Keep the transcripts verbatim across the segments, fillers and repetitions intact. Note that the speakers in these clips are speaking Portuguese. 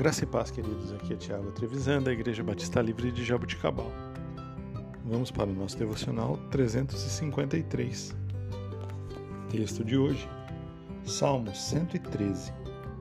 Graça e paz, queridos. Aqui é Tiago Trevisan, da Igreja Batista Livre de Jaboticabal. Vamos para o nosso devocional trezentos e cinquenta e três. Texto de hoje, Salmo cento e treze.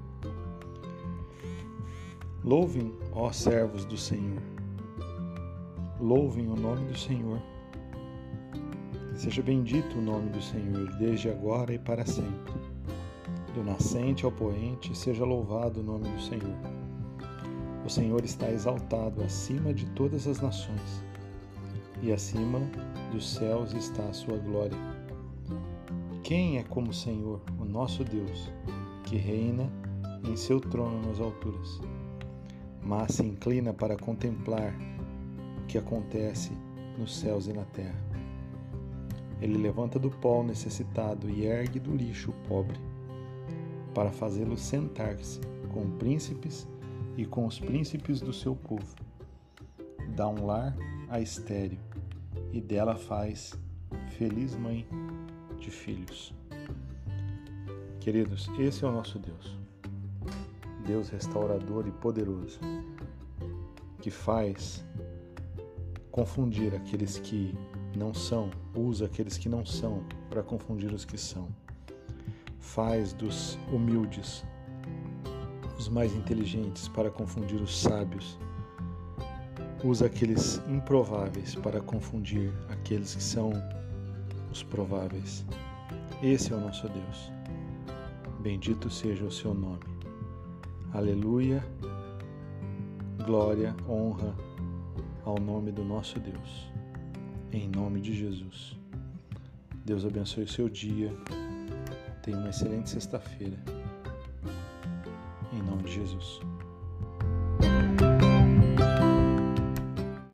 Louvem, ó servos do Senhor. Louvem o nome do Senhor. Seja bendito o nome do Senhor, desde agora e para sempre. Do nascente ao poente, seja louvado o nome do Senhor. O Senhor está exaltado acima de todas as nações, e acima dos céus está a sua glória. Quem é como o Senhor, o nosso Deus, que reina em seu trono nas alturas, mas se inclina para contemplar o que acontece nos céus e na terra? Ele levanta do pó o necessitado e ergue do lixo o pobre, para fazê-lo sentar-se com príncipes e com os príncipes do seu povo. Dá um lar à estéril, e dela faz feliz mãe de filhos. Queridos, esse é o nosso Deus. Deus restaurador e poderoso, que faz confundir aqueles que não são, usa aqueles que não são para confundir os que são. Faz dos humildes os mais inteligentes para confundir os sábios. Usa aqueles improváveis para confundir aqueles que são os prováveis. Esse é o nosso Deus. Bendito seja o seu nome. Aleluia, glória, honra ao nome do nosso Deus. Em nome de Jesus. Deus abençoe o seu dia. Tenha uma excelente sexta-feira. Em nome de Jesus.